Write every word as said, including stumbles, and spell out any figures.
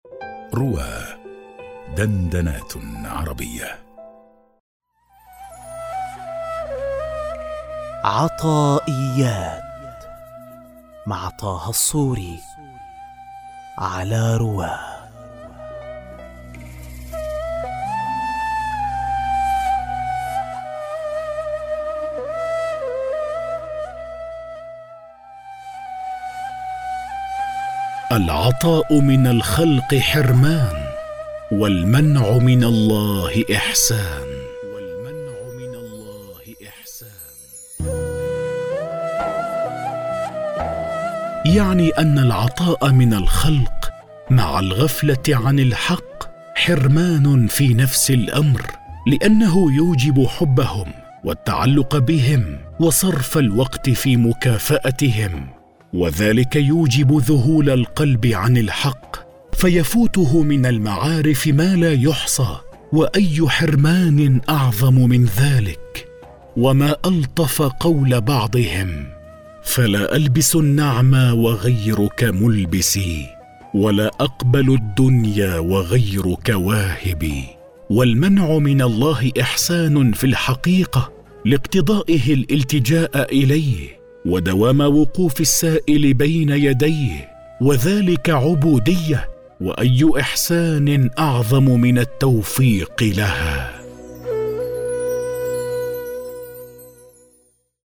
روى دندنات عربية. عطائيات مع طه الصوري على روى. العطاء من الخلق حرمان، والمنع من الله إحسان. والمنع من الله إحسان. يعني أن العطاء من الخلق مع الغفلة عن الحق حرمان في نفس الأمر، لأنه يوجب حبهم والتعلق بهم وصرف الوقت في مكافأتهم، وذلك يوجب ذهول القلب عن الحق، فيفوته من المعارف ما لا يحصى. وأي حرمان أعظم من ذلك؟ وما ألطف قول بعضهم: فلا ألبس النعمى وغيرك ملبسي، ولا أقبل الدنيا وغيرك واهبي. والمنع من الله إحسان في الحقيقة لاقتضائه الالتجاء إليه ودوام وقوف السائل بين يديه، وذلك عبودية، وأي إحسان أعظم من التوفيق لها.